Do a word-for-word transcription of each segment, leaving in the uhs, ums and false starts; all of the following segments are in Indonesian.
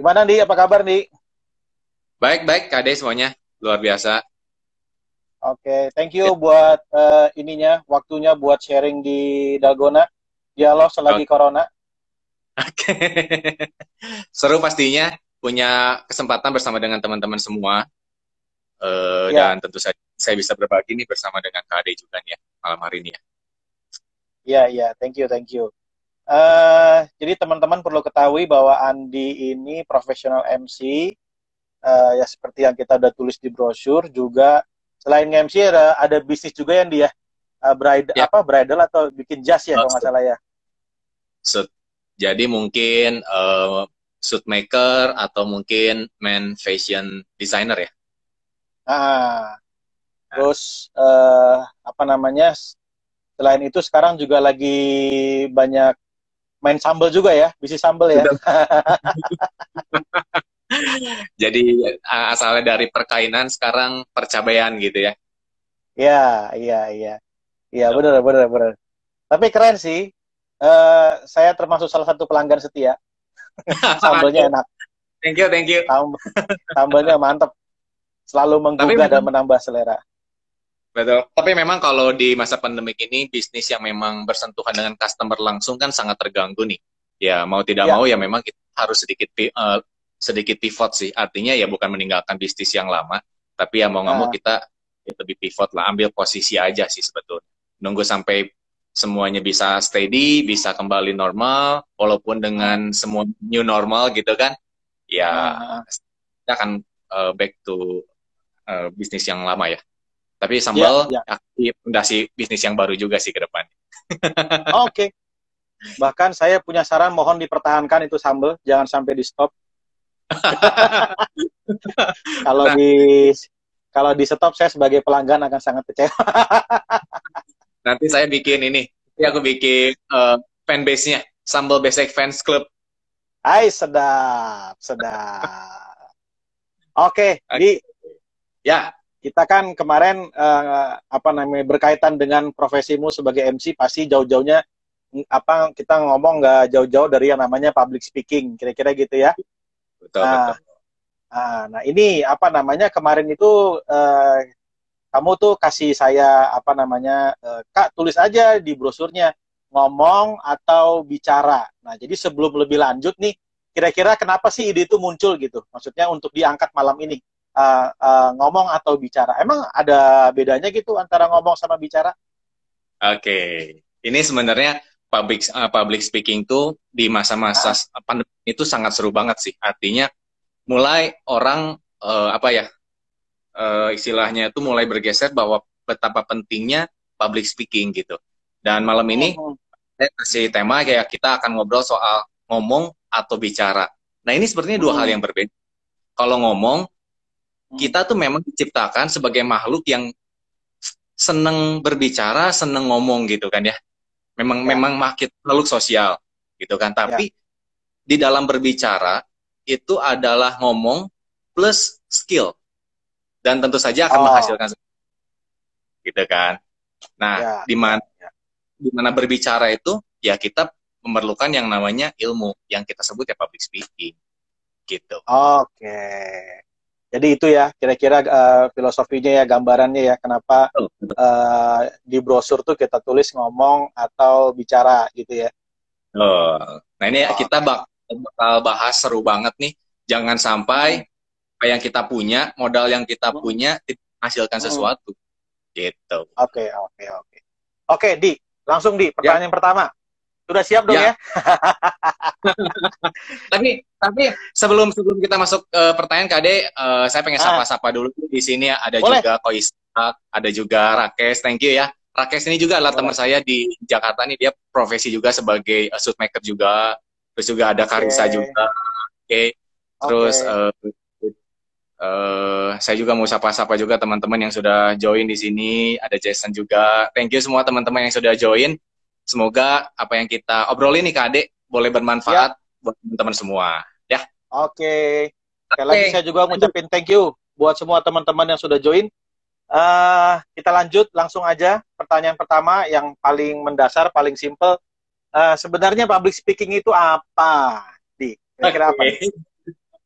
Gimana, Di? Apa kabar, Di? Baik-baik, Kade semuanya. Luar biasa. Oke, thank you buat eh, ininya, waktunya buat sharing di Dalgona. Dialog selagi Oke. Corona. Seru pastinya punya kesempatan bersama dengan teman-teman semua. Eh, Ya, dan tentu saja saya bisa berbagi nih bersama dengan Kade juga nih ya, malam hari ini ya. ya, ya, thank you, thank you. Eh, jadi teman-teman perlu ketahui bahwa Andi ini profesional M C, eh, ya seperti yang kita udah tulis di brosur. Juga selain M C ada ada bisnis juga yang dia eh, bride Ya, apa bridal atau bikin jas ya kalau nggak maksud. salah ya. Suit. Jadi mungkin eh, suit maker atau mungkin man fashion designer ya. Ah, Nah, terus eh, apa namanya? Selain itu sekarang juga lagi banyak main sambel juga ya, bisnis sambel ya. sudah. Jadi eh, asalnya dari perkainan sekarang percabaian gitu ya. Iya, iya, iya. Iya, bener, bener, bener. Tapi keren sih. Eh, saya termasuk salah satu pelanggan setia. Sambelnya enak. Thank you, thank you. Sam- Sambelnya mantep. Selalu Tapi menggugah dan memang menambah selera. Betul. Tapi memang kalau di masa pandemik ini bisnis yang memang bersentuhan dengan customer langsung kan sangat terganggu nih. Ya mau tidak Ya, mau ya memang kita harus sedikit pi- eh, sedikit pivot sih. Artinya ya bukan meninggalkan bisnis yang lama, tapi ya mau nggak mau ah, kita ya lebih pivot lah, ambil posisi aja sih sebetulnya. Nunggu sampai semuanya bisa steady, bisa kembali normal, walaupun ah, dengan semua new normal gitu kan. Ya ah, ah. kita akan eh, back to eh, bisnis yang lama ya. Tapi Ya, sambal ya. aktif fondasi bisnis yang baru juga sih ke depan. Oke. Bahkan saya punya saran, mohon dipertahankan itu sambel, jangan sampai di stop. Kalau Nah, di kalau di stop saya sebagai pelanggan akan sangat kecewa. nanti saya bikin ini. Nanti aku bikin uh, fanbase-nya. Sambal Basic Fans Club. Hai, sedap, sedap. Oke, Oke. di Ya, kita kan kemarin eh, apa namanya berkaitan dengan profesimu sebagai M C, pasti jauh-jauhnya mm, apa kita ngomong nggak jauh-jauh dari yang namanya public speaking, kira-kira gitu ya. betul, Nah, betul. ah, nah ini apa namanya kemarin itu eh, kamu tuh kasih saya apa namanya eh, Kak, tulis aja di brosurnya ngomong atau bicara. Nah, jadi sebelum lebih lanjut nih, kira-kira kenapa sih ide itu muncul gitu? Maksudnya untuk diangkat malam ini. Eh, eh, ngomong atau bicara. Emang ada bedanya gitu antara ngomong sama bicara? Oke. Ini sebenarnya public uh, public speaking tuh di masa-masa Ah, pandemi itu sangat seru banget sih. Artinya mulai orang uh, apa ya uh, istilahnya itu mulai bergeser bahwa betapa pentingnya public speaking gitu. Dan malam hmm, ini hmm, saya kasih tema kayak kita akan ngobrol soal ngomong atau bicara. Nah ini sepertinya dua hal hmm, yang berbeda. Kalau ngomong, hmm. kita tuh memang diciptakan sebagai makhluk yang seneng berbicara, seneng ngomong gitu kan ya. Memang Ya, memang makhluk makhluk sosial gitu kan. ya. Tapi di dalam berbicara itu adalah ngomong plus skill dan tentu saja akan Oh, menghasilkan gitu kan. Nah, ya, di ya, mana ya. di mana berbicara itu ya kita memerlukan yang namanya ilmu yang kita sebut ya public speaking gitu. Oke. Jadi itu ya, kira-kira eh, filosofinya ya, gambarannya ya, kenapa Betul. eh, di brosur tuh kita tulis ngomong atau bicara gitu ya. Oh. Nah ini kita Oke. bak- bakal bahas seru banget nih. Jangan sampai Hmm, apa yang kita punya, modal yang kita hmm, punya tidak menghasilkan hmm. sesuatu gitu. Oke, oke, oke. Oke, Di, langsung Di, Ya, pertanyaan pertama. Sudah siap dong ya. ya? Tapi tapi sebelum sebelum kita masuk ke pertanyaan Kade, eh, saya pengen Ah, sapa-sapa dulu. Di sini ada boleh, juga Koisa, ada juga Rakes. Thank you ya. Rakes ini juga adalah teman boleh. saya di Jakarta nih. Dia profesi juga sebagai uh, suit maker juga. Terus juga ada Oke, Karisa juga. Oke. Terus oke. eh, eh, saya juga mau sapa-sapa juga teman-teman yang sudah join di sini. Ada Jason juga. Thank you semua teman-teman yang sudah join. Semoga apa yang kita obrolin nih Kade boleh Siap. bermanfaat buat teman-teman semua. Ya. Oke. Sekali lagi Oke, saya juga lanjut. ngucapin thank you buat semua teman-teman yang sudah join. Eh, kita lanjut langsung aja. Pertanyaan pertama yang paling mendasar, paling simple. Eh, sebenarnya public speaking itu apa? Di, kira-kira apa nih? Oke.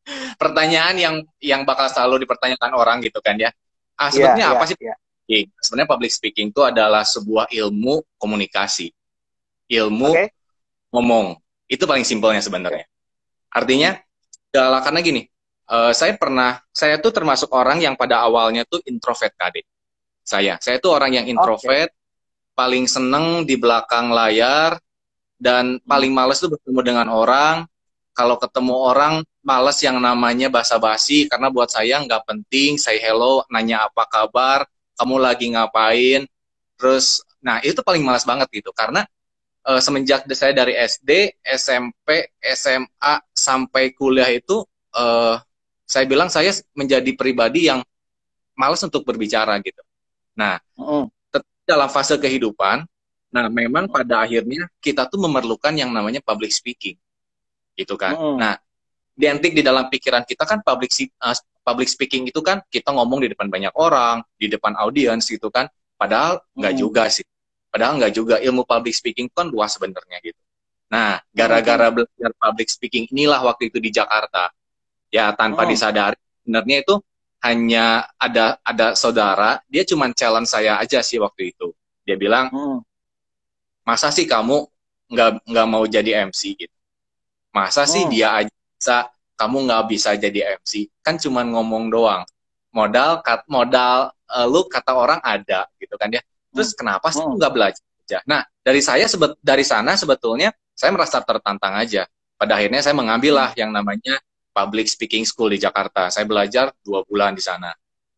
Pertanyaan yang yang bakal selalu dipertanyakan orang gitu kan ya. Ah, Iya, sebetulnya iya, apa sih? iya. Sebenarnya public speaking itu adalah sebuah ilmu komunikasi, ilmu Oke. ngomong. Itu paling simpelnya Oke. sebenarnya. Hmm. Artinya, adalah karena gini, uh, saya pernah, saya tuh termasuk orang yang pada awalnya tuh introvert, Kak. Saya, saya tuh orang yang Oke. introvert, paling seneng di belakang layar, dan Hmm. paling males tuh bertemu dengan orang. Kalau ketemu orang, males yang namanya basa-basi, karena buat saya nggak penting, say hello, nanya apa kabar, kamu lagi ngapain, terus, nah itu paling malas banget gitu, karena uh, semenjak saya dari S D, S M P, S M A, sampai kuliah itu, uh, saya bilang saya menjadi pribadi yang malas untuk berbicara gitu. Nah, Hmm. dalam fase kehidupan, nah memang pada akhirnya kita tuh memerlukan yang namanya public speaking, gitu kan. Hmm. Nah, identik di dalam pikiran kita kan public uh, public speaking itu kan kita ngomong di depan banyak orang, di depan audiens gitu kan. Padahal nggak Hmm. juga sih. Padahal nggak juga, ilmu public speaking kan luas sebenarnya gitu. Nah, Hmm. gara-gara belajar public speaking inilah waktu itu di Jakarta, ya tanpa Hmm. disadari sebenarnya itu hanya ada ada saudara, dia cuma challenge saya aja sih waktu itu. Dia bilang, Hmm. masa sih kamu nggak nggak mau jadi M C gitu? Masa sih Hmm. dia aja bisa, kamu nggak bisa jadi M C? Kan cuma ngomong doang. Modal kat, modal uh, lu kata orang ada gitu kan ya. Hmm. Terus kenapa sih lu Hmm. nggak belajar aja? Nah, dari saya sebet dari sana sebetulnya saya merasa tertantang aja. Pada akhirnya saya mengambil lah yang namanya Public Speaking School di Jakarta. Saya belajar dua bulan di sana.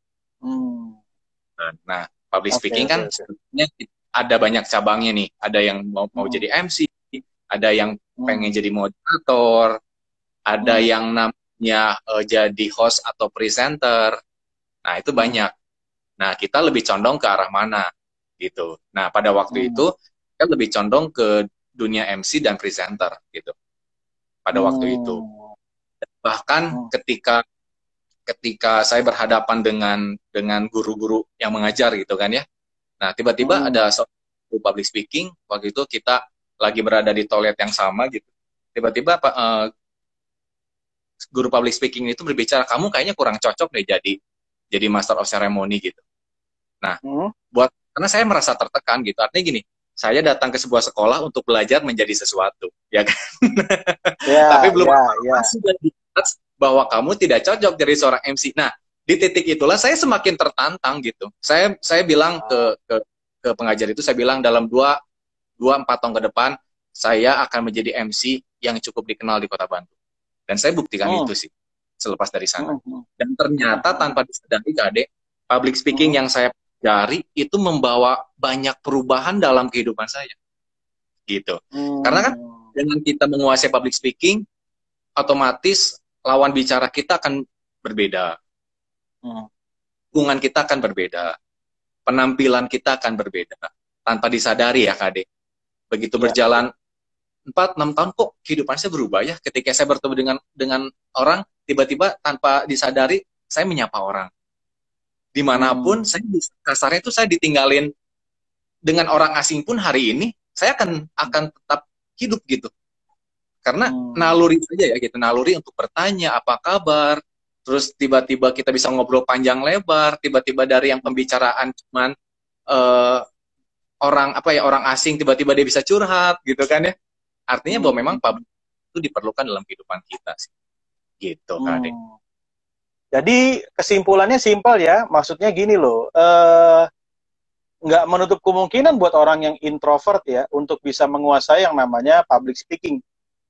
Hmm. Nah, public Oke, speaking oke, kan oke. sebenarnya ada banyak cabangnya nih. Ada yang mau mau Hmm. jadi M C, ada yang Hmm. pengen jadi moderator, ada Hmm. yang namanya uh, jadi host atau presenter. Nah, itu Hmm. banyak. Nah, kita lebih condong ke arah mana gitu. Nah, pada waktu Hmm. itu kita lebih condong ke dunia M C dan presenter gitu. Pada waktu itu. Hmm. Bahkan Hmm. ketika ketika saya berhadapan dengan dengan guru-guru yang mengajar gitu kan ya. Nah, tiba-tiba Hmm. ada suatu public speaking, waktu itu kita lagi berada di toilet yang sama gitu. Tiba-tiba uh, guru public speaking itu berbicara, kamu kayaknya kurang cocok deh jadi jadi master of ceremony gitu. Nah, Hmm. buat karena saya merasa tertekan gitu. Artinya gini, saya datang ke sebuah sekolah untuk belajar menjadi sesuatu, ya kan? Tapi Ya, belum ya, apa-apa ya. sudah di-judge bahwa kamu tidak cocok jadi seorang M C. Nah, di titik itulah saya semakin tertantang gitu. Saya saya bilang ke Ah. ke, ke pengajar itu, saya bilang dalam dua dua empat tahun ke depan saya akan menjadi M C yang cukup dikenal di Kota Bandung. Dan saya buktikan Hmm. itu sih selepas dari sana. Hmm. Hmm. Dan ternyata Hmm. tanpa disadari Kade, public speaking Hmm. yang saya pelajari itu membawa banyak perubahan dalam kehidupan saya. Gitu. Karena kan Hmm. dengan kita menguasai public speaking, otomatis lawan bicara kita akan berbeda. Hmm. Hubungan kita akan berbeda. Penampilan kita akan berbeda. Tanpa disadari ya Kade. Begitu Ya, berjalan empat enam tahun kok kehidupan saya berubah ya. Ketika saya bertemu dengan dengan orang, tiba-tiba tanpa disadari saya menyapa orang. Dimanapun hmm. saya kasarnya itu saya ditinggalin dengan orang asing pun hari ini saya akan akan tetap hidup gitu. Karena Hmm. naluri saja ya gitu, naluri untuk bertanya apa kabar. Terus tiba-tiba kita bisa ngobrol panjang lebar, tiba-tiba dari yang pembicaraan cuman uh, orang apa ya orang asing tiba-tiba dia bisa curhat gitu kan ya. Artinya bahwa memang Hmm. public itu diperlukan dalam kehidupan kita sih. Gitu, Kak Ade. Hmm. Jadi kesimpulannya simpel ya, maksudnya gini loh, eh, nggak menutup kemungkinan buat orang yang introvert ya untuk bisa menguasai yang namanya public speaking.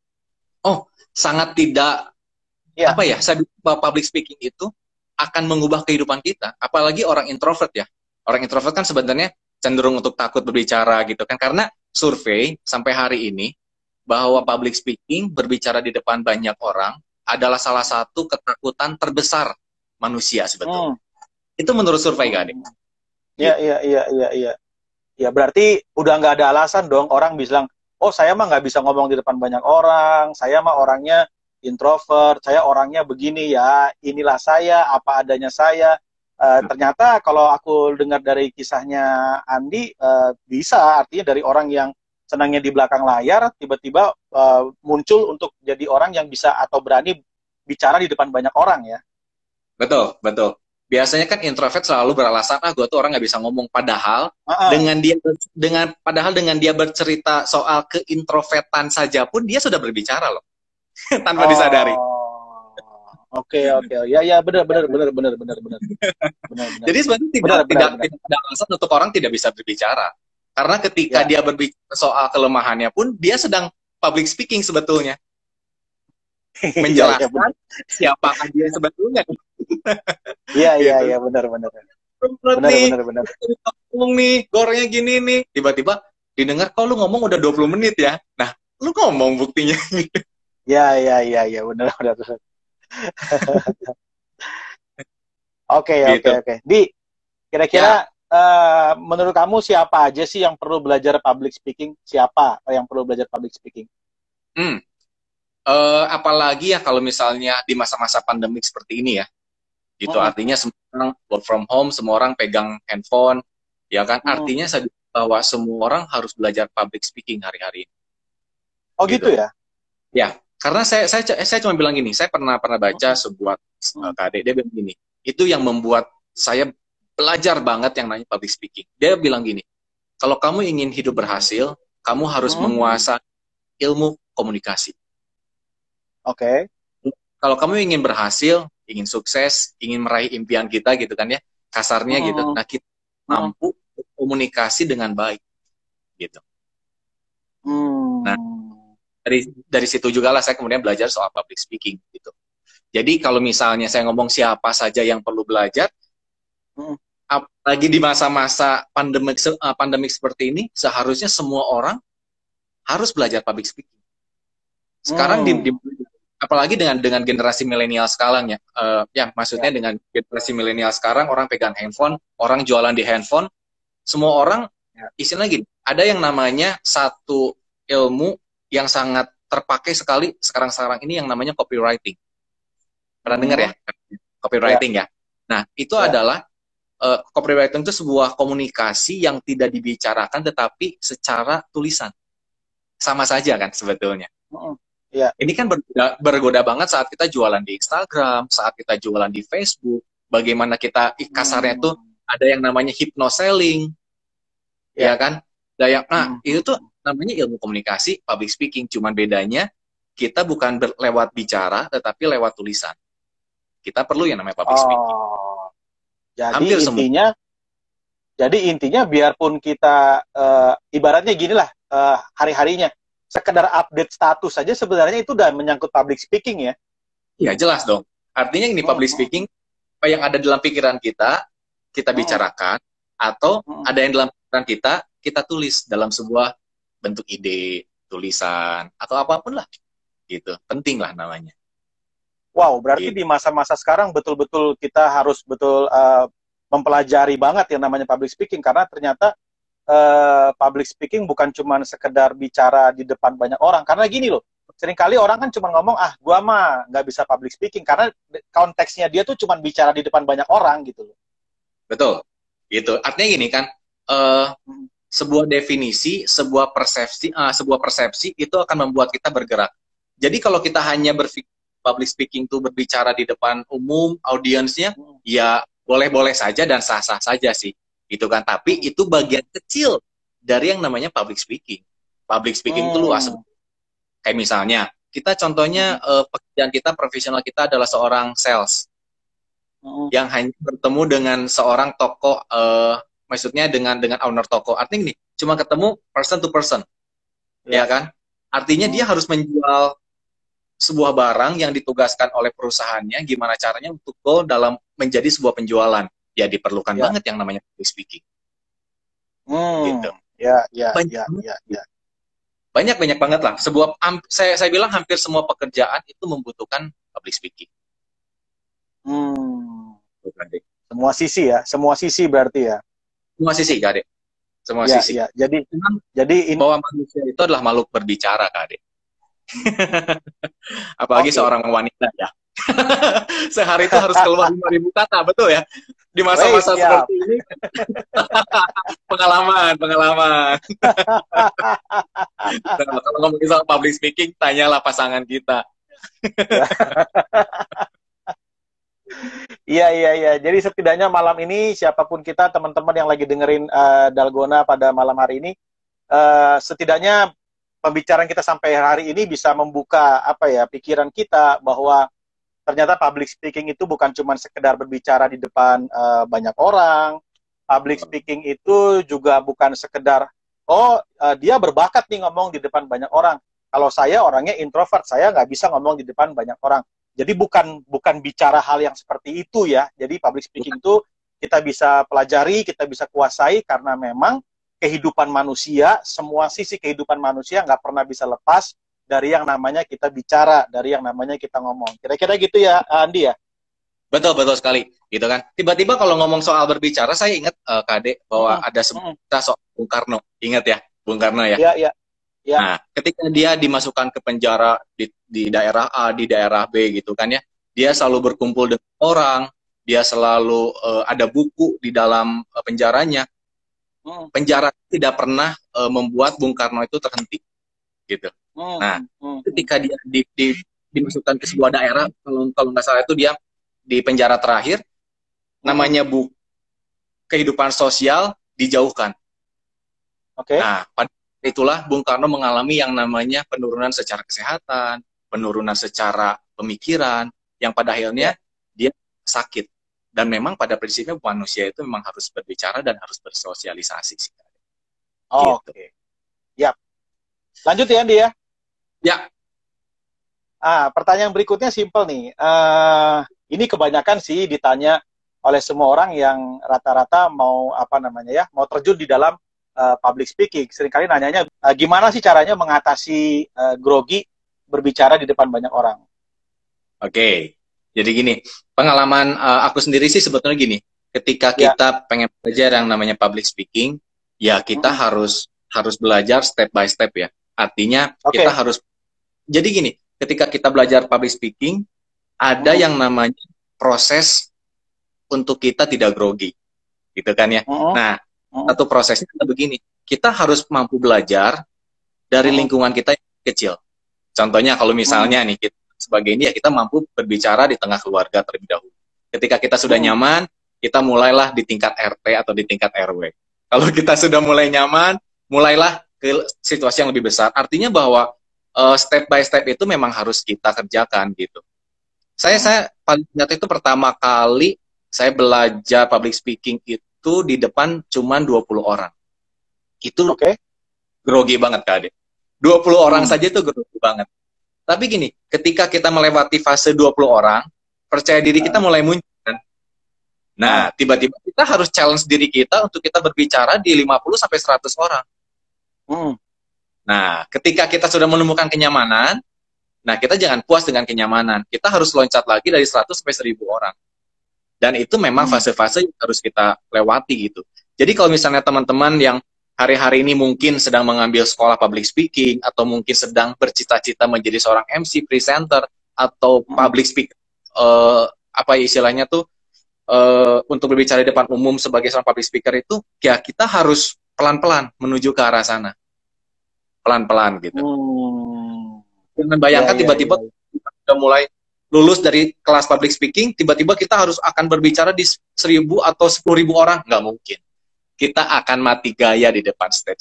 Oh, sangat tidak Ya. apa ya? Saya bilang public speaking itu akan mengubah kehidupan kita. Apalagi orang introvert ya. Orang introvert kan sebenarnya cenderung untuk takut berbicara gitu kan. Karena survei sampai hari ini bahwa public speaking, berbicara di depan banyak orang, adalah salah satu ketakutan terbesar manusia sebetulnya. Hmm. Itu menurut survei, Kak Ade. Hmm. Ya, Gitu. ya, ya, ya, ya. Ya berarti udah nggak ada alasan dong orang bilang, oh saya mah nggak bisa ngomong di depan banyak orang, saya mah orangnya introvert, saya orangnya begini ya, inilah saya, apa adanya saya. Uh, ternyata kalau aku dengar dari kisahnya Andi, uh, bisa artinya dari orang yang senangnya di belakang layar, tiba-tiba uh, muncul untuk jadi orang yang bisa atau berani bicara di depan banyak orang ya. Betul, betul. Biasanya kan introvert selalu beralasan, ah gue tuh orang nggak bisa ngomong. Padahal Uh-uh. dengan dia dengan padahal dengan dia bercerita soal keintrovertan saja pun dia sudah berbicara loh, tanpa Oh, disadari. oke oke, ya ya benar benar benar benar benar benar benar benar. Jadi sebenarnya tidak Benar benar tidak benar. tidak ada alasan untuk orang tidak bisa berbicara. Karena ketika Ya. dia berbicara soal kelemahannya pun dia sedang public speaking sebetulnya. Iya iya Menjelaskan benar. siapakah dia sebetulnya. Iya iya Gitu. iya benar benar. Bener Benar nih, benar benar. ngomong nih, gorengnya gini nih. Tiba-tiba didengar, kok lu ngomong udah dua puluh menit ya? Nah, lu ngomong buktinya. Iya iya iya iya benar benar. benar. Oke oke Gitu. oke. Di kira-kira Ya, eh, menurut kamu siapa aja sih yang perlu belajar public speaking? Siapa yang perlu belajar public speaking? hmm. Eh, apalagi ya kalau misalnya di masa-masa pandemik seperti ini ya. Gitu, Mm-mm. artinya semua orang work from home, semua orang pegang handphone, ya kan? Mm-mm. Artinya saya bilang bahwa semua orang harus belajar public speaking hari-hari ini. Oh gitu Gitu. ya? Ya, karena saya saya saya cuma bilang gini, saya pernah pernah baca Mm-mm. sebuah uh, Mm-mm. K D, dia bilang gini, itu yang membuat saya belajar banget yang namanya public speaking. Dia bilang gini, kalau kamu ingin hidup berhasil, kamu harus Mm-mm. menguasai ilmu komunikasi. Oke. Kalau kamu ingin berhasil, ingin sukses, ingin meraih impian kita gitu kan ya, kasarnya gitu. Mm-mm. Nah, kita Mm-mm. mampu komunikasi dengan baik gitu. Nah, Mm. dari dari situ juga lah saya kemudian belajar soal public speaking gitu. Jadi kalau misalnya saya ngomong siapa saja yang perlu belajar, Mm-mm. apalagi di masa-masa pandemik uh, pandemik seperti ini, seharusnya semua orang harus belajar public speaking. Sekarang di, di Mm. apalagi dengan dengan generasi milenial sekarang ya, uh, ya Ya. maksudnya dengan generasi milenial sekarang orang pegang handphone, orang jualan di handphone, semua orang Ya. istilahnya gini, ada yang namanya satu ilmu yang sangat terpakai sekali sekarang-sekarang ini yang namanya copywriting. Pernah dengar ya? Mm. Ya. Copywriting ya. Nah, itu Ya. adalah uh, copywriting itu sebuah komunikasi yang tidak dibicarakan tetapi secara tulisan. Sama saja kan sebetulnya. Mm-mm. Ya. Ini kan bergoda, bergoda banget saat kita jualan di Instagram, saat kita jualan di Facebook, bagaimana kita kasarnya tuh Mm. ada yang namanya hypnoselling, ya, Ya. kan? Ada yang, nah Mm. itu tuh namanya ilmu komunikasi, public speaking. Cuman bedanya kita bukan ber- lewat bicara, tetapi lewat tulisan. Kita perlu yang namanya public speaking. Oh. Jadi Hampir semua. intinya, jadi intinya biarpun kita eh, ibaratnya gini lah eh, hari-harinya sekedar update status saja sebenarnya itu udah menyangkut public speaking ya. Ya jelas dong. Artinya ini public Mm-mm. speaking, apa yang ada dalam pikiran kita, kita Mm-mm. bicarakan, atau Mm-mm. ada yang dalam pikiran kita, kita tulis dalam sebuah bentuk ide, tulisan, atau apapun lah. Gitu. Penting lah namanya. Wow, berarti Gitu. di masa-masa sekarang betul-betul kita harus betul uh, mempelajari banget yang namanya public speaking karena ternyata uh, public speaking bukan cuma sekedar bicara di depan banyak orang. Karena gini loh, seringkali orang kan cuma ngomong, ah gua mah nggak bisa public speaking karena konteksnya dia tuh cuma bicara di depan banyak orang gitu loh. Betul. Gitu. Artinya gini kan, uh, sebuah definisi, sebuah persepsi, uh, sebuah persepsi itu akan membuat kita bergerak. Jadi kalau kita hanya berpikir public speaking itu berbicara di depan umum, audiensnya, Hmm. ya boleh-boleh saja dan sah-sah saja sih. Gitu kan. Tapi itu bagian kecil dari yang namanya public speaking. Public speaking itu Hmm. luas. Kayak misalnya, kita contohnya uh, pekerjaan kita, profesional kita adalah seorang sales. Hmm. Yang hanya bertemu dengan seorang toko, uh, maksudnya dengan dengan owner toko. Artinya gini, cuma ketemu person to person. Ya, ya kan? Artinya hmm. dia harus menjual sebuah barang yang ditugaskan oleh perusahaannya, gimana caranya untuk go dalam menjadi sebuah penjualan. Ya diperlukan ya. banget yang namanya public speaking. Hmm. Gitu. Ya, ya, banyak, ya, ya, ya. Banyak banyak banget lah. Sebuah saya saya bilang hampir semua pekerjaan itu membutuhkan public speaking. Hmm. Semua sisi ya, semua sisi berarti ya. Semua sisi, Kak Ade. Semua ya, sisi. Ya. Jadi, Memang jadi in... bahwa manusia itu adalah makhluk berbicara, Kak Ade. Apalagi okay. seorang wanita ya. Sehari itu harus keluar lima ribu kata, betul ya? Di masa-masa Wait, seperti ya. ini. pengalaman, pengalaman. Nah, kalau ngomongin soal public speaking, tanyalah pasangan kita. Iya, iya, iya. Jadi setidaknya malam ini siapapun kita, teman-teman yang lagi dengerin uh, Dalgona pada malam hari ini, uh, setidaknya pembicaraan kita sampai hari ini bisa membuka apa ya pikiran kita bahwa ternyata public speaking itu bukan cuma sekedar berbicara di depan uh, banyak orang. Public speaking itu juga bukan sekedar oh uh, dia berbakat nih ngomong di depan banyak orang. Kalau saya orangnya introvert, saya nggak bisa ngomong di depan banyak orang. Jadi bukan bukan bicara hal yang seperti itu ya. Jadi public speaking itu kita bisa pelajari, kita bisa kuasai karena memang kehidupan manusia, semua sisi kehidupan manusia nggak pernah bisa lepas dari yang namanya kita bicara, dari yang namanya kita ngomong. Kira-kira gitu ya, Andi ya? Betul, betul sekali. Gitu kan. Tiba-tiba kalau ngomong soal berbicara, saya ingat uh, Kade, bahwa Mm-mm. ada sebuah cerita soal Bung Karno. Ingat ya, Bung Karno ya? Iya, iya. Ya. Nah, ketika dia dimasukkan ke penjara di, di daerah A, di daerah B gitu kan ya, dia selalu berkumpul dengan orang, dia selalu uh, ada buku di dalam uh, penjaranya. Mm. Penjara tidak pernah uh, membuat Bung Karno itu terhenti, gitu. Mm. Nah, Mm. ketika dia di, di, dimasukkan ke sebuah daerah, kalau kalau nggak salah itu dia di penjara terakhir, Mm. namanya buku kehidupan sosial dijauhkan. Oke. Okay. Nah, pada itulah Bung Karno mengalami yang namanya penurunan secara kesehatan, penurunan secara pemikiran, yang pada akhirnya dia sakit. Dan memang pada prinsipnya manusia itu memang harus berbicara dan harus bersosialisasi sih. Oh, gitu. Oke. Okay. Yap. Lanjut ya, Andi ya? Ya. Ah, pertanyaan berikutnya simpel nih. Uh, ini kebanyakan sih ditanya oleh semua orang yang rata-rata mau apa namanya ya, mau terjun di dalam uh, public speaking. Seringkali nanyanya, uh, gimana sih caranya mengatasi uh, grogi berbicara di depan banyak orang? Oke. Okay. Jadi gini, pengalaman uh, aku sendiri sih sebetulnya gini, ketika ya. kita pengen belajar yang namanya public speaking, ya kita mm-hmm. harus harus belajar step by step ya. Artinya okay. kita harus, jadi gini, ketika kita belajar public speaking, ada mm-hmm. yang namanya proses untuk kita tidak grogi, gitu kan ya. Mm-hmm. Nah, mm-hmm. satu prosesnya begini, kita harus mampu belajar dari mm-hmm. lingkungan kita yang kecil. Contohnya kalau misalnya mm-hmm. nih kita sebagai ini ya kita mampu berbicara di tengah keluarga terlebih dahulu. Ketika kita sudah hmm. nyaman, kita mulailah di tingkat R T atau di tingkat R W. Kalau kita sudah mulai nyaman, mulailah ke situasi yang lebih besar. Artinya bahwa uh, step by step itu memang harus kita kerjakan gitu. Saya hmm. saya paling ingat itu pertama kali saya belajar public speaking itu di depan cuman dua puluh orang. Itu okay. grogi banget Kak Ade. dua puluh hmm. orang saja itu grogi banget. Tapi gini, ketika kita melewati fase dua puluh orang, percaya diri kita mulai muncul kan. Nah, tiba-tiba kita harus challenge diri kita untuk kita berbicara di lima puluh sampai seratus orang. Hmm. Nah, ketika kita sudah menemukan kenyamanan, nah kita jangan puas dengan kenyamanan. Kita harus loncat lagi dari seratus sampai seribu orang. Dan itu memang fase-fase yang harus kita lewati gitu. Jadi kalau misalnya teman-teman yang hari-hari ini mungkin sedang mengambil sekolah public speaking, atau mungkin sedang bercita-cita menjadi seorang M C, presenter, atau public speaker, uh, apa istilahnya tuh, uh, untuk berbicara di depan umum sebagai seorang public speaker itu, ya kita harus pelan-pelan menuju ke arah sana. Pelan-pelan gitu. Hmm. Jangan bayangkan ya, tiba-tiba ya, ya. kita sudah mulai lulus dari kelas public speaking, tiba-tiba kita harus akan berbicara di seribu atau sepuluh ribu orang. Nggak mungkin. Kita akan mati gaya di depan stage.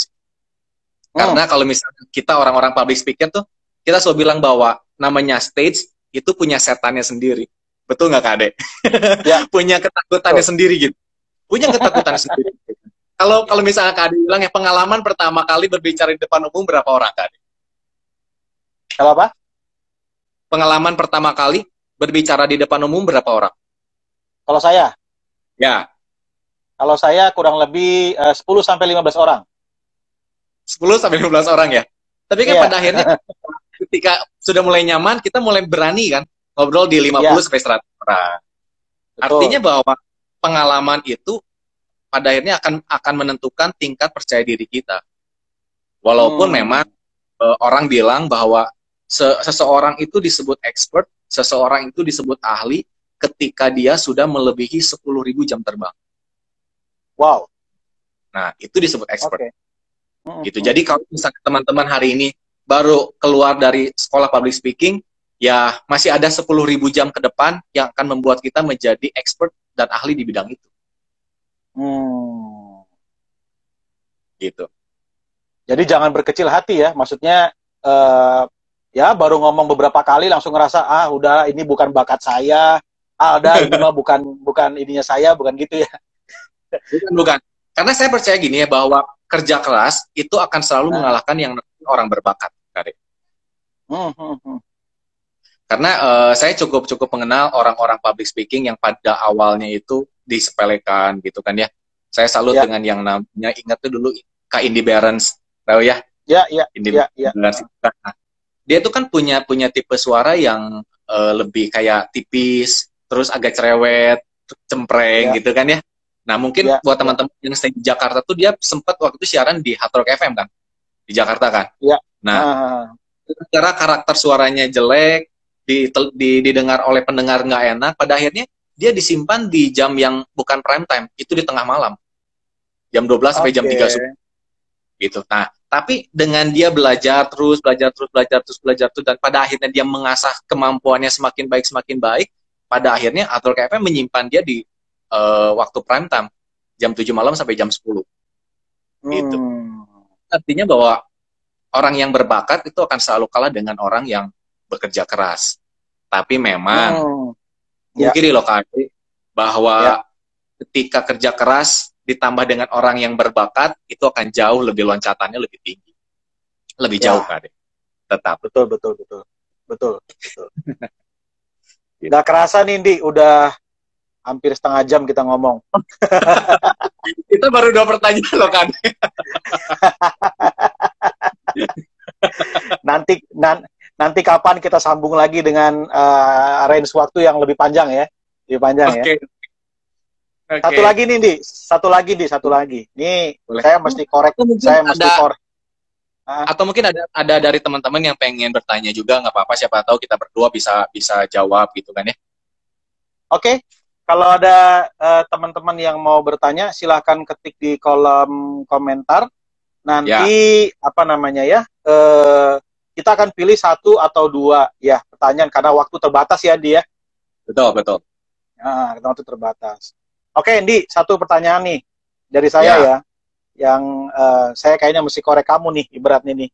Oh. Karena kalau misalnya kita orang-orang public speaker tuh, kita selalu bilang bahwa namanya stage itu punya setannya sendiri. Betul nggak Kak Ade? Ya. Punya ketakutannya oh. sendiri gitu. Punya ketakutannya sendiri. Kalau kalau misalnya Kak Ade bilang ya pengalaman pertama kali berbicara di depan umum berapa orang Kak Ade? Kalau apa? Pengalaman pertama kali berbicara di depan umum berapa orang? Kalau saya? Ya. Kalau saya kurang lebih uh, sepuluh sampai lima belas orang. sepuluh sampai lima belas orang ya. Tapi kan yeah. pada akhirnya ketika sudah mulai nyaman, kita mulai berani kan ngobrol di lima puluh yeah. sampai seratus orang. Betul. Artinya bahwa pengalaman itu pada akhirnya akan akan menentukan tingkat percaya diri kita. Walaupun hmm. memang uh, orang bilang bahwa se seseorang itu disebut expert, seseorang itu disebut ahli ketika dia sudah melebihi sepuluh ribu jam terbang. Wow. Nah, itu disebut expert. Okay. Gitu. Jadi kalau misalnya teman-teman hari ini baru keluar dari sekolah public speaking, ya masih ada sepuluh ribu jam ke depan yang akan membuat kita menjadi expert dan ahli di bidang itu. Hmm. Gitu. Jadi jangan berkecil hati ya, maksudnya eh, ya baru ngomong beberapa kali langsung ngerasa ah udah ini bukan bakat saya, ah udah ini mah bukan bukan ininya saya, bukan gitu ya. Bukan, bukan. Karena saya percaya gini ya, bahwa kerja keras itu akan selalu Nah. mengalahkan yang orang berbakat. Hmm, hmm, hmm. Karena uh, saya cukup cukup mengenal orang-orang public speaking yang pada awalnya itu disepelekan gitu kan ya. Saya salut Ya. dengan yang namanya, ingat tuh dulu Kak Indy Barens, tahu ya? Ya, ya, Indy ya, ya. Barens. Nah, dia tuh kan punya punya tipe suara yang uh, lebih kayak tipis, terus agak cerewet, cempreng Ya. gitu kan ya. Nah mungkin Ya, buat ya. teman-teman yang stay di Jakarta tuh, dia sempat waktu itu siaran di Hard Rock F M kan, di Jakarta kan. Ya. Nah, Ah. cara karakter suaranya jelek, di, di, didengar oleh pendengar nggak enak, pada akhirnya dia disimpan di jam yang bukan prime time, itu di tengah malam, jam dua belas sampai jam tiga subuh gitu. Nah, tapi dengan dia belajar terus, belajar terus, belajar terus, belajar terus, dan pada akhirnya dia mengasah kemampuannya semakin baik, semakin baik, pada akhirnya Atol K F M menyimpan dia di uh, waktu prime time, jam tujuh malam sampai jam sepuluh. Gitu. Hmm. Artinya bahwa orang yang berbakat itu akan selalu kalah dengan orang yang bekerja keras. Tapi memang, Hmm. mungkin Ya. di lokasi, bahwa Ya. ketika kerja keras ditambah dengan orang yang berbakat, itu akan jauh lebih, loncatannya lebih tinggi. Lebih Ya. jauh, Kak. Tetap. Betul, betul, betul. Betul, betul. Gak kerasa nih, Di. Udah hampir setengah jam kita ngomong. Itu baru dua pertanyaan loh, kan. nanti nan, nanti kapan kita sambung lagi dengan uh, range waktu yang lebih panjang ya. Lebih panjang okay. ya. Okay. Satu lagi nih, Di. Satu lagi, Di. Satu lagi. Nih, boleh. saya mesti korek. Saya ada, mesti korek. Atau mungkin ada ada dari teman-teman yang pengen bertanya juga, nggak apa-apa, siapa tahu kita berdua bisa bisa jawab gitu kan ya. Oke. Okay. Kalau ada uh, teman-teman yang mau bertanya, silahkan ketik di kolom komentar. Nanti ya. apa namanya ya? Uh, kita akan pilih satu atau dua ya pertanyaan karena waktu terbatas ya, dia. Betul, betul. Nah, karena waktu terbatas. Oke, okay, Indi, satu pertanyaan nih dari saya ya, ya yang uh, saya kayaknya mesti korek kamu nih, ibaratnya nih.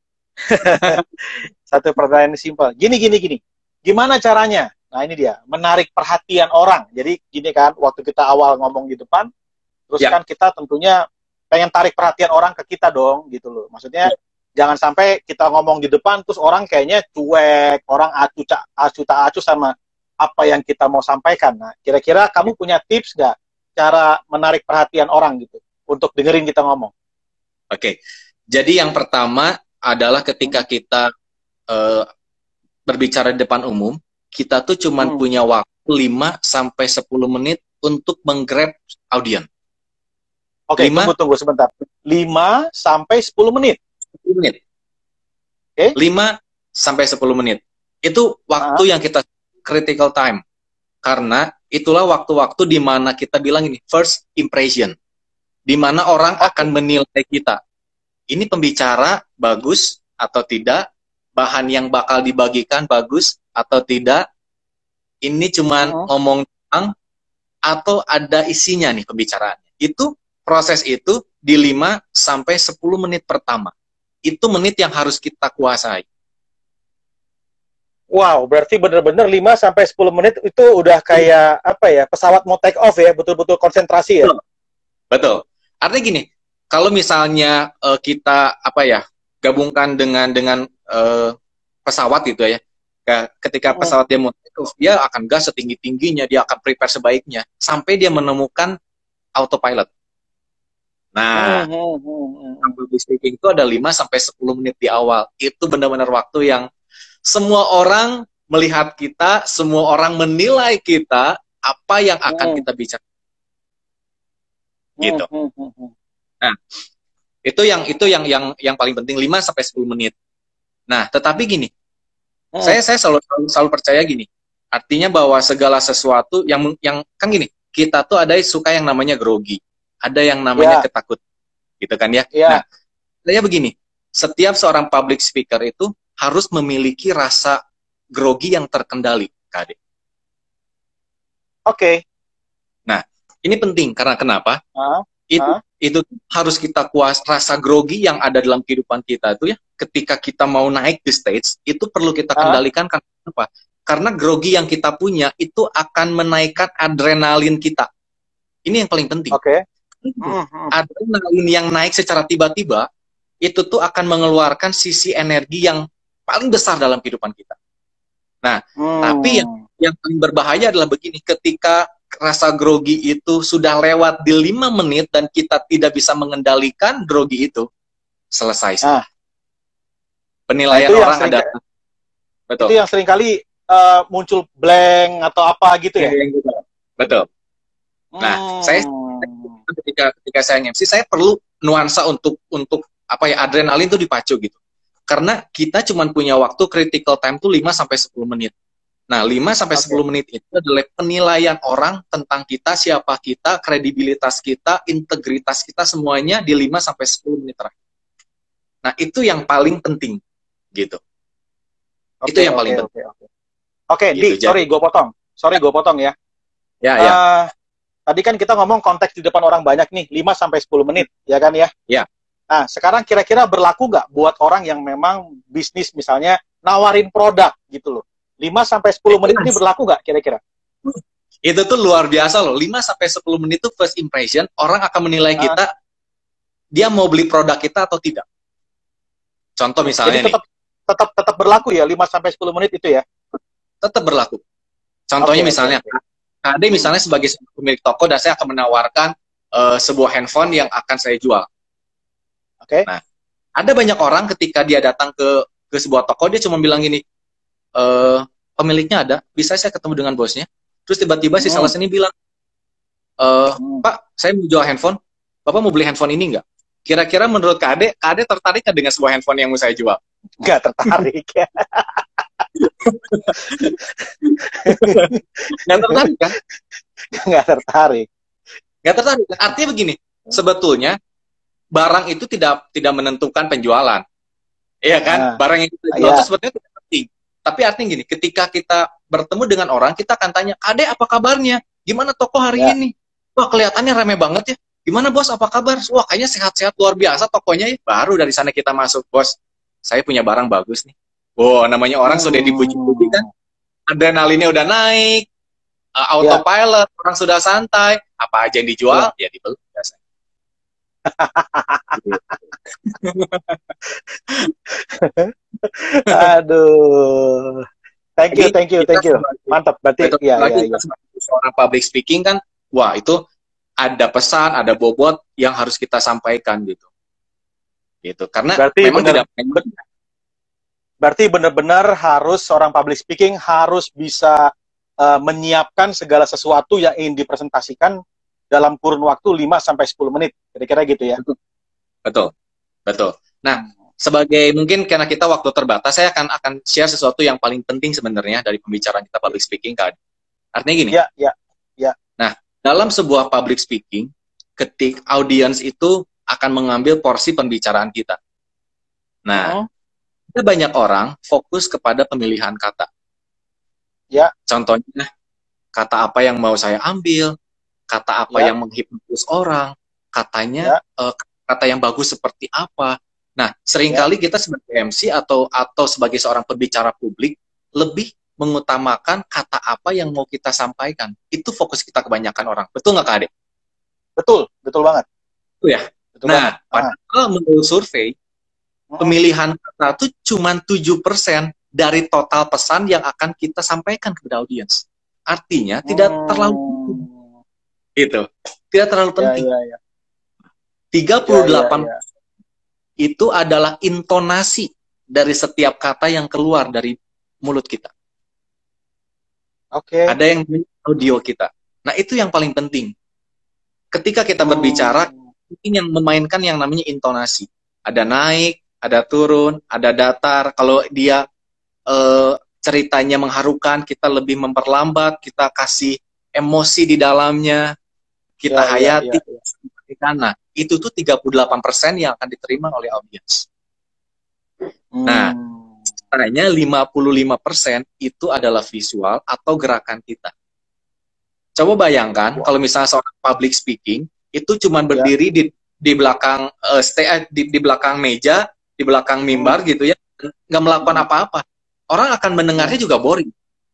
Satu pertanyaan simpel. Gini, gini, gini. Gimana caranya? Nah, ini dia, menarik perhatian orang. Jadi, gini kan, waktu kita awal ngomong di depan, terus ya. kan kita tentunya pengen tarik perhatian orang ke kita dong, gitu loh. Maksudnya, ya. jangan sampai kita ngomong di depan, terus orang kayaknya cuek, orang acu acu tak acu sama apa yang kita mau sampaikan. Nah, kira-kira kamu punya tips nggak cara menarik perhatian orang gitu untuk dengerin kita ngomong? Oke, jadi yang pertama adalah ketika kita uh, berbicara di depan umum, kita tuh cuman hmm. punya waktu lima sampai sepuluh menit untuk menggrab audiens. Oke, tunggu tunggu sebentar. lima sampai sepuluh menit. sepuluh menit. Oke. Okay. lima sampai sepuluh menit. Itu waktu uh-huh. yang kita critical time. Karena itulah waktu-waktu di mana kita bilang ini first impression. Di mana orang okay. akan menilai kita. Ini pembicara bagus atau tidak? Bahan yang bakal dibagikan bagus atau tidak? Ini cuman uh-huh. ngomong doang atau ada isinya nih pembicaraannya. Itu proses itu di lima sampai sepuluh menit pertama. Itu menit yang harus kita kuasai. Wow, berarti benar-benar lima sampai sepuluh menit itu udah kayak apa ya? Pesawat mau take off ya, betul-betul konsentrasi ya. Betul. Betul. Artinya gini, kalau misalnya uh, kita apa ya, gabungkan dengan dengan uh, pesawat gitu ya. Ketika pesawat dia mau take off, dia akan gas setinggi-tingginya, dia akan prepare sebaiknya sampai dia menemukan autopilot. Nah, public speaking itu ada lima sampai sepuluh menit di awal. Itu benar-benar waktu yang semua orang melihat kita, semua orang menilai kita, apa yang akan kita bicarakan. Gitu. Nah, itu yang itu yang yang yang paling penting, lima sampai sepuluh menit. Nah, tetapi gini. Hmm. Saya saya selalu, selalu selalu percaya gini. Artinya bahwa segala sesuatu yang yang kan gini, kita tuh ada suka yang namanya grogi. Ada yang namanya yeah. ketakutan. Gitu kan ya. Yeah. Nah, saya begini, setiap seorang public speaker itu harus memiliki rasa grogi yang terkendali, Kak Ade. Oke. Okay. Nah, ini penting karena kenapa? Uh, itu uh. itu harus kita kuas rasa grogi yang ada dalam kehidupan kita itu ya. Ketika kita mau naik di stage, itu perlu kita kendalikan. Uh. Karena apa? Karena grogi yang kita punya itu akan menaikkan adrenalin kita. Ini yang paling penting. Oke. Okay. Adrenalin yang naik secara tiba-tiba itu tuh akan mengeluarkan sisi energi yang paling besar dalam kehidupan kita. Nah, hmm. tapi yang yang paling berbahaya adalah begini, ketika rasa grogi itu sudah lewat di lima menit dan kita tidak bisa mengendalikan grogi itu, selesai. Ah. Penilaian nah, orang ada. Betul. Itu yang seringkali uh, muncul blank atau apa gitu ya? Betul. Nah, hmm. saya ketika ketika saya nge-M C, saya perlu nuansa untuk untuk apa ya, adrenalin itu dipacu gitu. Karena kita cuma punya waktu critical time tuh lima sampai sepuluh menit. Nah, lima sampai sepuluh menit itu adalah penilaian orang tentang kita, siapa kita, kredibilitas kita, integritas kita, semuanya di lima sampai sepuluh menit terakhir. Nah, itu yang paling penting gitu. Okay, itu yang okay, paling penting. Oke, okay, okay. okay, gitu, Di, sorry gue potong. Sorry gue potong ya. Ya, uh, ya. Tadi kan kita ngomong konteks di depan orang banyak nih, lima sampai sepuluh menit, ya kan ya? Ya. Nah, sekarang kira-kira berlaku nggak buat orang yang memang bisnis misalnya nawarin produk gitu loh. lima sampai sepuluh menit ini berlaku nggak kira-kira? Itu tuh luar biasa loh. lima sampai sepuluh menit itu first impression, orang akan menilai nah. kita, dia mau beli produk kita atau tidak. Contoh misalnya Jadi tetap, nih. tetap tetap berlaku ya lima sampai sepuluh menit itu ya? Tetap berlaku. Contohnya okay, misalnya, okay, okay. Kak Ade misalnya sebagai pemilik toko dan saya akan menawarkan uh, sebuah handphone yang akan saya jual. Oke. Okay. Nah, ada banyak orang ketika dia datang ke ke sebuah toko, dia cuma bilang gini, e, pemiliknya ada, bisa saya ketemu dengan bosnya? Terus tiba-tiba hmm. si sales ini bilang, e, hmm. Pak, saya mau jual handphone, Bapak mau beli handphone ini nggak? Kira-kira menurut Kak Ade, Kak Ade tertarik nggak dengan sebuah handphone yang mau saya jual? Nggak tertarik ya. Nggak tertarik kan? Nggak tertarik. Nggak tertarik. Artinya begini, sebetulnya barang itu tidak tidak menentukan penjualan. Iya kan? Nah, barang yang kita jual itu iya. sebetulnya tidak penting. Tapi artinya gini, ketika kita bertemu dengan orang, kita akan tanya, Kade apa kabarnya? Gimana toko hari ya. ini? Wah, kelihatannya rame banget ya. Gimana bos, apa kabar? Wah, kayaknya sehat-sehat luar biasa tokonya ya. Baru dari sana kita masuk, bos. Saya punya barang bagus nih. Wow, namanya orang hmm. sudah dipuji-puji kan? Adrenalinnya udah naik, uh, autopilot, ya. orang sudah santai. Apa aja yang dijual, ya, ya dibeli biasanya. Aduh, thank you, thank you, thank you. Mantap, berarti ya, ya, ya. Seorang public speaking kan, wah itu ada pesan, ada bobot yang harus kita sampaikan gitu, gitu. Karena berarti memang bener, tidak. Berarti benar-benar harus seorang public speaking harus bisa uh, menyiapkan segala sesuatu yang ingin dipresentasikan dalam kurun waktu lima sampai sepuluh menit, kira-kira gitu ya. Betul, betul. Nah, sebagai mungkin karena kita waktu terbatas, saya akan akan share sesuatu yang paling penting sebenarnya dari pembicaraan kita public speaking, Kak. Artinya gini. Ya, ya, ya. Nah, dalam sebuah public speaking, ketik audiens itu akan mengambil porsi pembicaraan kita. Nah, oh. ada banyak orang fokus kepada pemilihan kata. Ya. Contohnya, kata apa yang mau saya ambil, kata apa ya. yang menghipnotis orang, katanya ya. uh, kata yang bagus seperti apa. Nah, seringkali ya. kita sebagai M C atau atau sebagai seorang pembicara publik lebih mengutamakan kata apa yang mau kita sampaikan. Itu fokus kita kebanyakan orang. Betul nggak, Kak Ade? Betul, betul banget. Betul ya. Betul nah, banget. Padahal menurut survei, pemilihan kata itu cuma tujuh persen dari total pesan yang akan kita sampaikan kepada audiens. Artinya tidak terlalu penting. Itu. Tidak terlalu penting. Ya, ya, ya. tiga puluh delapan persen ya, ya, ya. itu adalah intonasi dari setiap kata yang keluar dari mulut kita. Oke. Okay. Ada yang audio kita. Nah, itu yang paling penting. Ketika kita hmm. berbicara, mungkin yang memainkan yang namanya intonasi. Ada naik, ada turun, ada datar. Kalau dia uh, ceritanya mengharukan, kita lebih memperlambat, kita kasih emosi di dalamnya, kita ya, hayati. Ya, ya, ya. Nah, itu tuh tiga puluh delapan persen yang akan diterima oleh audiens. Hmm. Nah, katanya lima puluh lima persen itu adalah visual atau gerakan kita. Coba bayangkan Wow. kalau misalnya seorang public speaking itu cuma Ya. berdiri di di belakang uh, stay, uh, di, di belakang meja, di belakang mimbar Hmm. gitu ya, nggak melakukan Hmm. apa-apa. Orang akan mendengarnya juga boring.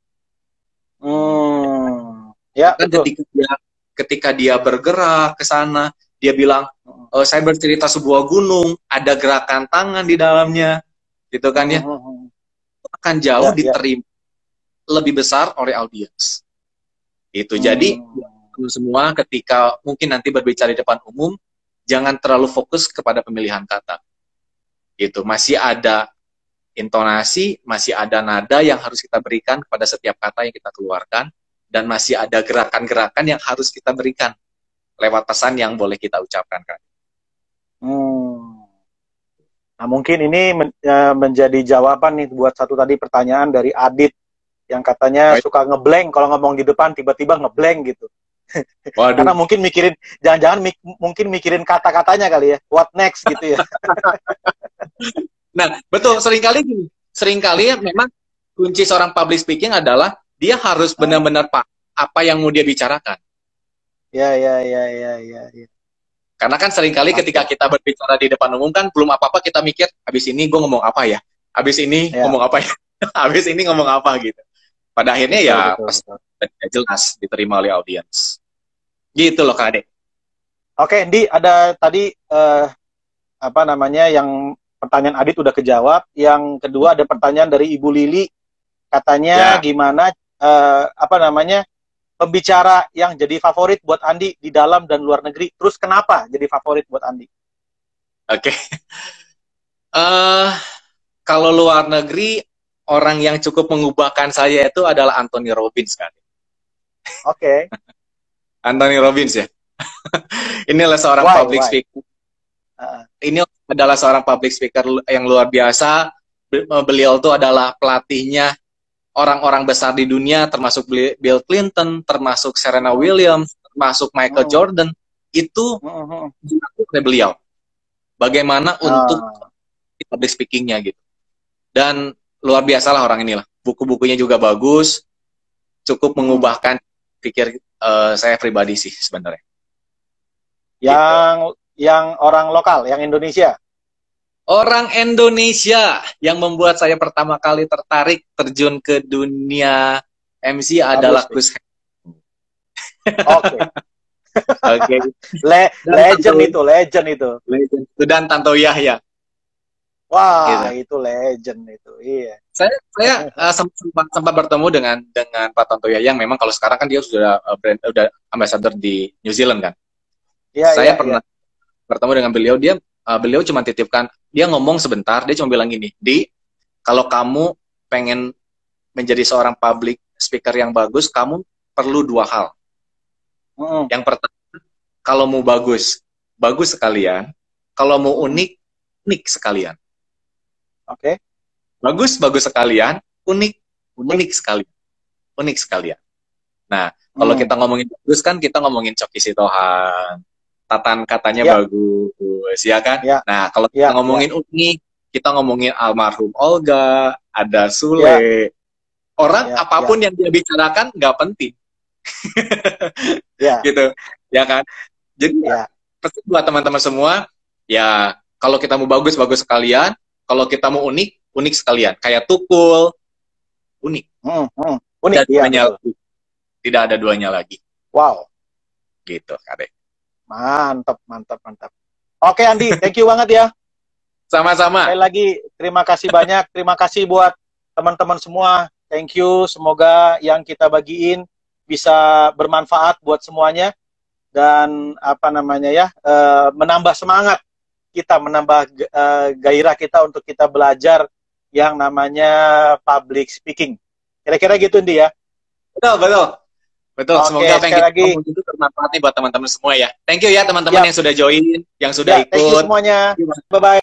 Hmm. Ya, Kan betul. ketika dia ketika dia bergerak ke sana, dia bilang, e, saya bercerita sebuah gunung, ada gerakan tangan di dalamnya, gitu kan ya, Hmm. akan jauh Ya, ya. diterima lebih besar oleh audiens. Itu. Hmm. Jadi semua ketika mungkin nanti berbicara di depan umum, jangan terlalu fokus kepada pemilihan kata. Gitu. Masih ada intonasi, masih ada nada yang harus kita berikan kepada setiap kata yang kita keluarkan, dan masih ada gerakan-gerakan yang harus kita berikan lewat pesan yang boleh kita ucapkan, kan. Hmm. Nah, mungkin ini men uh, menjadi jawaban nih buat satu tadi pertanyaan dari Adit yang katanya Baik. suka ngeblank kalau ngomong di depan, tiba-tiba ngeblank gitu. Karena Waduh. mungkin mikirin, jangan-jangan mik mungkin mikirin kata-katanya kali ya, what next gitu ya. Nah, betul, seringkali gini, seringkali memang kunci seorang public speaking adalah dia harus benar-benar paham apa yang mau dia bicarakan. Ya, ya, ya, ya, ya, ya. Karena kan seringkali Okay. ketika kita berbicara di depan umum kan belum apa-apa kita mikir, habis ini gue ngomong apa ya? Habis ini Ya. ngomong apa ya? Habis ini ngomong apa gitu. Pada akhirnya Betul, ya betul, pasti betul. jelas diterima oleh audiens. Gitu loh, Kak Ade. Oke, Di, ada tadi uh, apa namanya yang pertanyaan Adit udah kejawab. Yang kedua ada pertanyaan dari Ibu Lili, katanya Ya. gimana uh, apa namanya pembicara yang jadi favorit buat Andi di dalam dan luar negeri. Terus kenapa jadi favorit buat Andi? Oke. Okay. Uh, kalau luar negeri, orang yang cukup mengubahkan saya itu adalah Anthony Robbins, kan. Oke. Okay. Anthony Robbins ya. Ini adalah seorang why, public why? speaker. Uh. Ini adalah seorang public speaker yang luar biasa. Beliau itu adalah pelatihnya orang-orang besar di dunia, termasuk Bill Clinton, termasuk Serena Williams, termasuk Michael uh. Jordan. Itu uh-huh. oleh beliau. Bagaimana uh. untuk public speakingnya gitu. Dan luar biasa lah orang inilah. Buku-bukunya juga bagus, cukup hmm. mengubahkan pikir uh, saya pribadi sih sebenarnya. Yang gitu. Yang orang lokal, yang Indonesia. Orang Indonesia yang membuat saya pertama kali tertarik terjun ke dunia M C adalah Chris. Oke. Oke. Le legend Tanto, itu, legend itu. Legend. Dan Tanto Yahya. Wah, gitu. Itu legend itu. Iya. Saya saya uh, sempat sempat bertemu dengan dengan Pak Tanto Yahya yang memang kalau sekarang kan dia sudah uh, brand udah ambassador di New Zealand kan. Iya, saya iya, pernah iya. bertemu dengan beliau, dia uh, beliau cuma titipkan, dia ngomong sebentar, dia cuma bilang gini, Di, kalau kamu pengen menjadi seorang public speaker yang bagus, kamu perlu dua hal. Mm. Yang pertama, kalau mau bagus, bagus sekalian. Kalau mau unik, unik sekalian. Oke. Okay. Bagus, bagus sekalian. Unik, unik, unik sekalian. Unik sekalian. Nah, kalau mm. kita ngomongin bagus kan, kita ngomongin Coki Sitohang. Tatan katanya ya. Bagus, ya kan? Ya. Nah, kalau kita ya. ngomongin ya. unik, kita ngomongin almarhum Olga, ada Sule. Ya. Orang ya. apapun ya. yang dia bicarakan nggak penting. ya. Gitu, ya kan? Jadi ya. pasti buat teman-teman semua, ya kalau kita mau bagus, bagus sekalian. Kalau kita mau unik, unik sekalian. Kayak Tukul, unik. Hmm, hmm. Unik, Tidak ya, duanya lagi. Tidak ada duanya lagi. Wow. Gitu, Kade. Mantap, mantap, mantap. Oke, Andi, thank you banget ya. Sama-sama. Sekali lagi, terima kasih banyak. Terima kasih buat teman-teman semua. Thank you. Semoga yang kita bagiin bisa bermanfaat buat semuanya. Dan apa namanya ya, uh, menambah semangat kita, menambah uh, gairah kita untuk kita belajar yang namanya public speaking. Kira-kira gitu, Andi ya? Betul, betul. Betul, Oke, semoga apa yang kita lagi. ngomong itu bermanfaat nih buat teman-teman semua ya. Thank you ya teman-teman ya. yang sudah join, yang sudah ya, ikut. Thank you semuanya. Bye-bye.